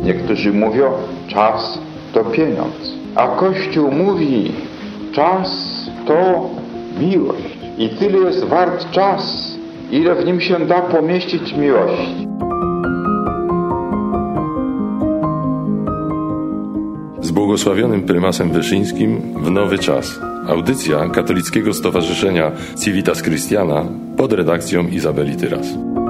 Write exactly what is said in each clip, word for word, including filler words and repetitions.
Niektórzy mówią, czas to pieniądz. A Kościół mówi, czas to miłość. I tyle jest wart czas, ile w nim się da pomieścić miłości. Z błogosławionym prymasem Wyszyńskim w nowy czas. Audycja Katolickiego Stowarzyszenia Civitas Christiana pod redakcją Izabeli Tyras.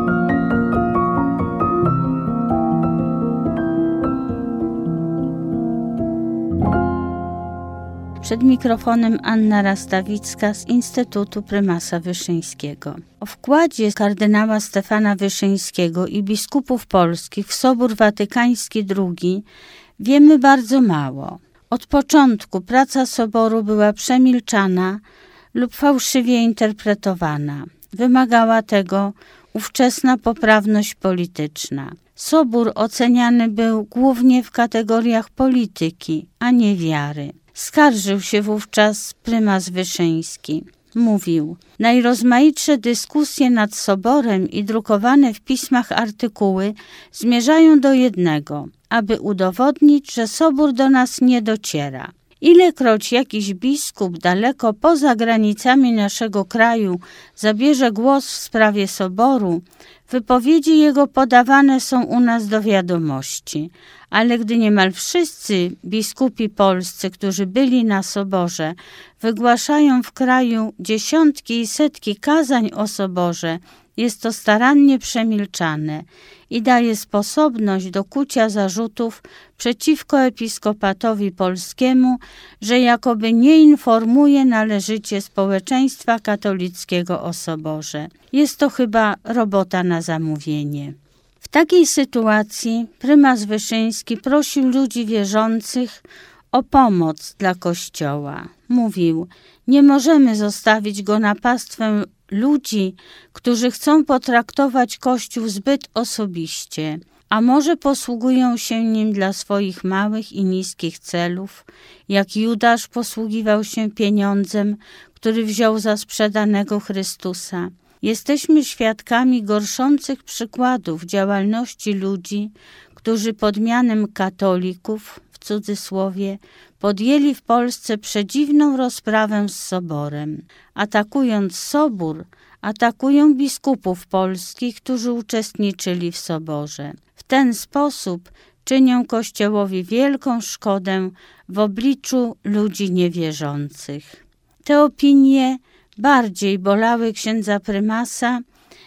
Przed mikrofonem Anna Rastawicka z Instytutu Prymasa Wyszyńskiego. O wkładzie kardynała Stefana Wyszyńskiego i biskupów polskich w Sobór Watykański drugi wiemy bardzo mało. Od początku praca Soboru była przemilczana lub fałszywie interpretowana. Wymagała tego ówczesna poprawność polityczna. Sobór oceniany był głównie w kategoriach polityki, a nie wiary. Skarżył się wówczas prymas Wyszyński. Mówił: najrozmaitsze dyskusje nad Soborem i drukowane w pismach artykuły zmierzają do jednego, aby udowodnić, że Sobór do nas nie dociera. Ilekroć jakiś biskup daleko poza granicami naszego kraju zabierze głos w sprawie Soboru, wypowiedzi jego podawane są u nas do wiadomości, ale gdy niemal wszyscy biskupi polscy, którzy byli na Soborze, wygłaszają w kraju dziesiątki i setki kazań o Soborze, jest to starannie przemilczane i daje sposobność do kucia zarzutów przeciwko episkopatowi polskiemu, że jakoby nie informuje należycie społeczeństwa katolickiego o Soborze. Jest to chyba robota na zamówienie. W takiej sytuacji prymas Wyszyński prosił ludzi wierzących o pomoc dla Kościoła. Mówił: nie możemy zostawić go na pastwę ludzi, którzy chcą potraktować Kościół zbyt osobiście, a może posługują się nim dla swoich małych i niskich celów, jak Judasz posługiwał się pieniądzem, który wziął za sprzedanego Chrystusa. Jesteśmy świadkami gorszących przykładów działalności ludzi, którzy pod mianem katolików, w cudzysłowie, podjęli w Polsce przedziwną rozprawę z Soborem. Atakując Sobór, atakują biskupów polskich, którzy uczestniczyli w Soborze. W ten sposób czynią Kościołowi wielką szkodę w obliczu ludzi niewierzących. Te opinie bardziej bolały księdza prymasa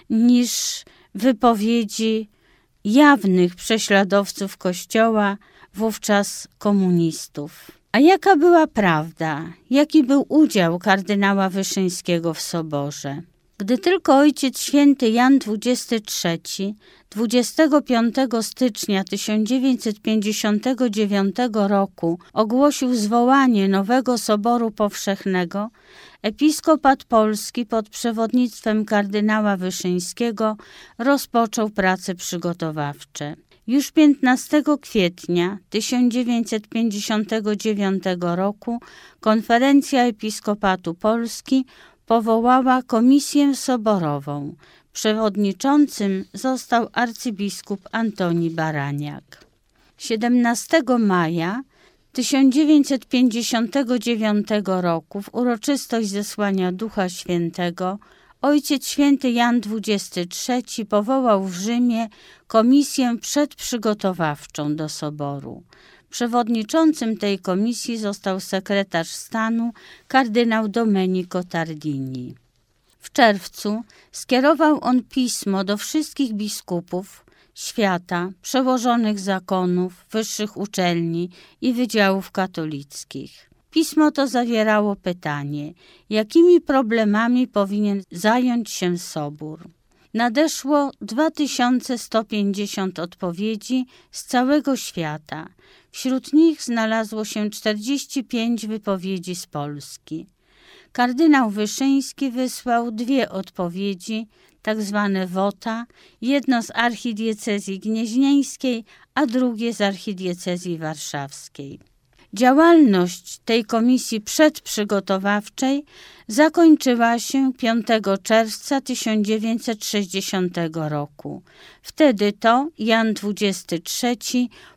niż wypowiedzi jawnych prześladowców Kościoła, wówczas komunistów. A jaka była prawda? Jaki był udział kardynała Wyszyńskiego w Soborze? Gdy tylko Ojciec Święty Jan dwudziesty trzeci dwudziestego piątego stycznia tysiąc dziewięćset pięćdziesiątego dziewiątego roku ogłosił zwołanie nowego Soboru Powszechnego, episkopat polski pod przewodnictwem kardynała Wyszyńskiego rozpoczął prace przygotowawcze. Już piętnastego kwietnia tysiąc dziewięćset pięćdziesiątego dziewiątego roku Konferencja Episkopatu Polski powołała Komisję Soborową. Przewodniczącym został arcybiskup Antoni Baraniak. siedemnastego maja tysiąc dziewięćset pięćdziesiątego dziewiątego roku w uroczystość zesłania Ducha Świętego Ojciec Święty Jan dwudziesty trzeci powołał w Rzymie komisję przedprzygotowawczą do Soboru. Przewodniczącym tej komisji został sekretarz stanu kardynał Domenico Tardini. W czerwcu skierował on pismo do wszystkich biskupów świata, przełożonych zakonów, wyższych uczelni i wydziałów katolickich. Pismo to zawierało pytanie, jakimi problemami powinien zająć się Sobór. Nadeszło dwa tysiące sto pięćdziesiąt odpowiedzi z całego świata. Wśród nich znalazło się czterdzieści pięć wypowiedzi z Polski. Kardynał Wyszyński wysłał dwie odpowiedzi, tak zwane wota, jedno z archidiecezji gnieźnieńskiej, a drugie z archidiecezji warszawskiej. Działalność tej komisji przedprzygotowawczej zakończyła się piątego czerwca tysiąc dziewięćset sześćdziesiątego roku. Wtedy to Jan dwudziesty trzeci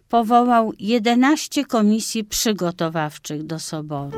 powołał jedenaście komisji przygotowawczych do Soboru.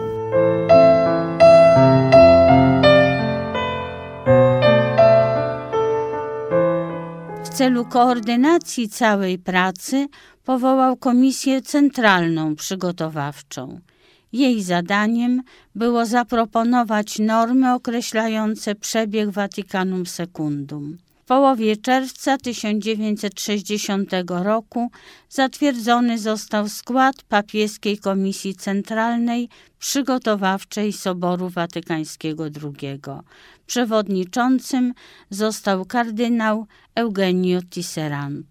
W celu koordynacji całej pracy powołał Komisję Centralną Przygotowawczą. Jej zadaniem było zaproponować normy określające przebieg Vaticanum Secundum. W połowie czerwca tysiąc dziewięćset sześćdziesiątego roku zatwierdzony został skład Papieskiej Komisji Centralnej Przygotowawczej Soboru Watykańskiego drugiego. Przewodniczącym został kardynał Eugenio Tisserand.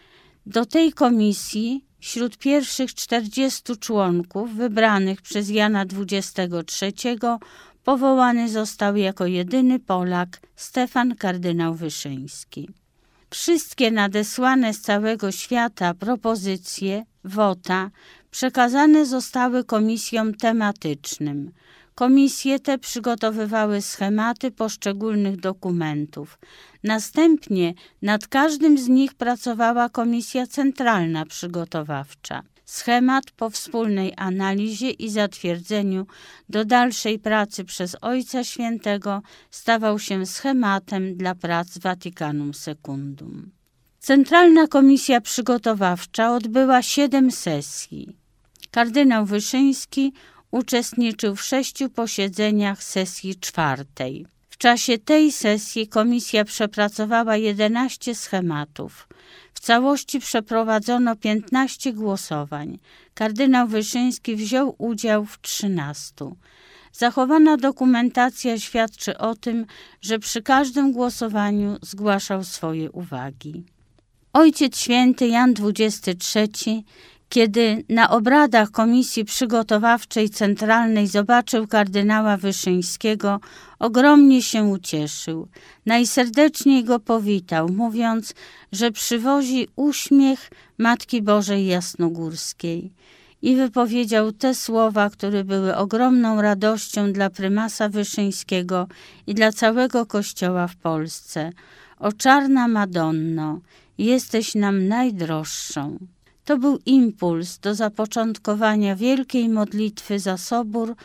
Do tej komisji wśród pierwszych czterdziestu członków wybranych przez Jana dwudziestego trzeciego powołany został jako jedyny Polak Stefan kardynał Wyszyński. Wszystkie nadesłane z całego świata propozycje, wota, przekazane zostały komisjom tematycznym. Komisje te przygotowywały schematy poszczególnych dokumentów. Następnie nad każdym z nich pracowała Komisja Centralna Przygotowawcza. Schemat po wspólnej analizie i zatwierdzeniu do dalszej pracy przez Ojca Świętego stawał się schematem dla prac Vaticanum Secundum. Centralna Komisja Przygotowawcza odbyła siedem sesji. Kardynał Wyszyński uczestniczył w sześciu posiedzeniach sesji czwartej. W czasie tej sesji komisja przepracowała jedenaście schematów. W całości przeprowadzono piętnaście głosowań. Kardynał Wyszyński wziął udział w trzynastu. Zachowana dokumentacja świadczy o tym, że przy każdym głosowaniu zgłaszał swoje uwagi. Ojciec Święty Jan dwudziesty trzeci, kiedy na obradach Komisji Przygotowawczej Centralnej zobaczył kardynała Wyszyńskiego, ogromnie się ucieszył. Najserdeczniej go powitał, mówiąc, że przywozi uśmiech Matki Bożej Jasnogórskiej. I wypowiedział te słowa, które były ogromną radością dla prymasa Wyszyńskiego i dla całego Kościoła w Polsce. O czarna Madonno, jesteś nam najdroższą. To był impuls do zapoczątkowania wielkiej modlitwy za Sobór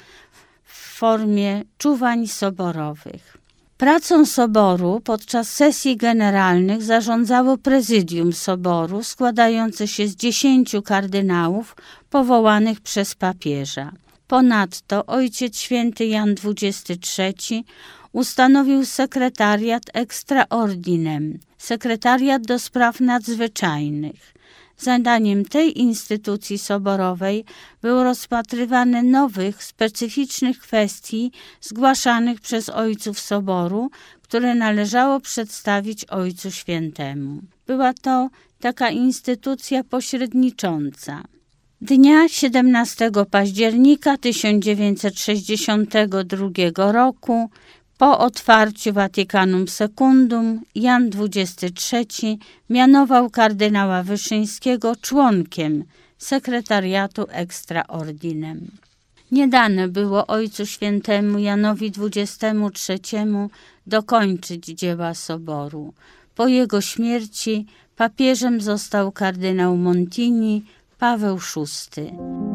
w formie czuwań soborowych. Pracą Soboru podczas sesji generalnych zarządzało prezydium Soboru składające się z dziesięciu kardynałów powołanych przez papieża. Ponadto Ojciec Święty Jan dwudziesty trzeci ustanowił sekretariat extra ordinem, sekretariat do spraw nadzwyczajnych. Zadaniem tej instytucji soborowej było rozpatrywanie nowych, specyficznych kwestii zgłaszanych przez ojców Soboru, które należało przedstawić Ojcu Świętemu. Była to taka instytucja pośrednicząca. Dnia siedemnastego października tysiąc dziewięćset sześćdziesiątego drugiego roku po otwarciu Vaticanum Secundum Jan dwudziesty trzeci mianował kardynała Wyszyńskiego członkiem sekretariatu extra ordinem. Nie dane było Ojcu Świętemu Janowi dwudziestemu trzeciemu dokończyć dzieła Soboru. Po jego śmierci papieżem został kardynał Montini Paweł szósty.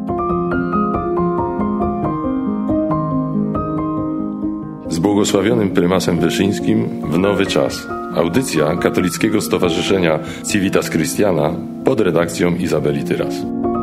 Z błogosławionym prymasem Wyszyńskim w nowy czas. Audycja Katolickiego Stowarzyszenia Civitas Christiana pod redakcją Izabeli Tyras.